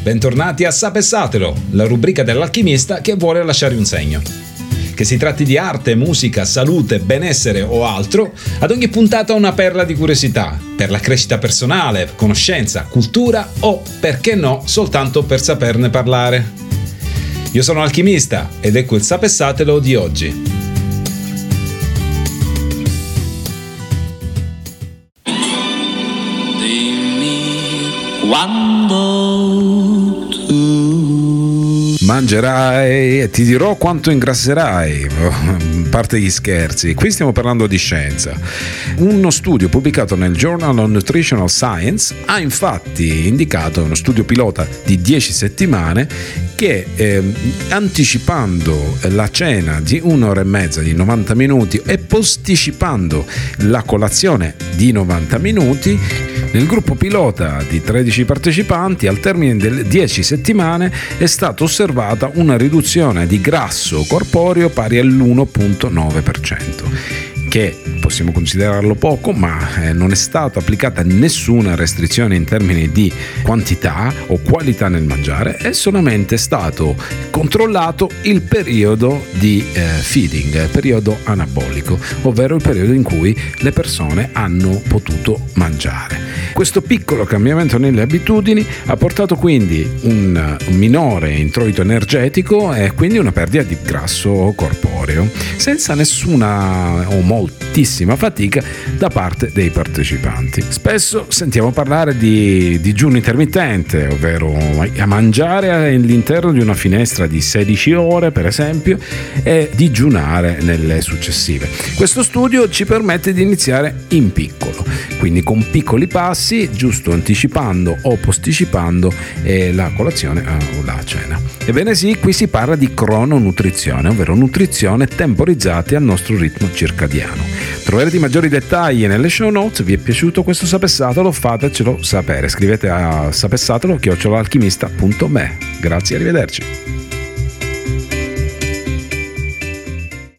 Bentornati a Sapessatelo, la rubrica dell'alchimista che vuole lasciare un segno. Che si tratti di arte, musica, salute, benessere o altro, ad ogni puntata una perla di curiosità, per la crescita personale, conoscenza, cultura o, perché no, soltanto per saperne parlare. Io sono Alchimista ed ecco il Sapessatelo di oggi. Quando tu mangerai e ti dirò quanto ingrasserai. A parte gli scherzi, qui stiamo parlando di scienza. Uno studio pubblicato nel Journal of Nutritional Science ha infatti indicato, uno studio pilota di 10 settimane, che anticipando la cena di 1 ora e mezza, di 90 minuti, e posticipando la colazione di 90 minuti, nel gruppo pilota di 13 partecipanti, al termine delle 10 settimane, è stata osservata una riduzione di grasso corporeo pari all'1,9%. che possiamo considerarlo poco, ma non è stata applicata nessuna restrizione in termini di quantità o qualità nel mangiare, è solamente stato controllato il periodo di feeding, periodo anabolico, ovvero il periodo in cui le persone hanno potuto mangiare. Questo piccolo cambiamento nelle abitudini ha portato quindi un minore introito energetico e quindi una perdita di grasso corporeo, senza nessuna o moltissima fatica da parte dei partecipanti. Spesso sentiamo parlare di digiuno intermittente, ovvero a mangiare all'interno di una finestra di 16 ore per esempio e digiunare nelle successive. Questo studio ci permette di iniziare in piccolo, quindi con piccoli passi, giusto anticipando o posticipando la colazione o la cena. Ebbene sì, qui si parla di crononutrizione, ovvero nutrizione temporizzata al nostro ritmo circadiano. Troverete maggiori dettagli nelle show notes. Vi è piaciuto questo Sapessatelo? Fatecelo sapere, scrivete a sapessatelo@alchimista.me. Grazie, arrivederci.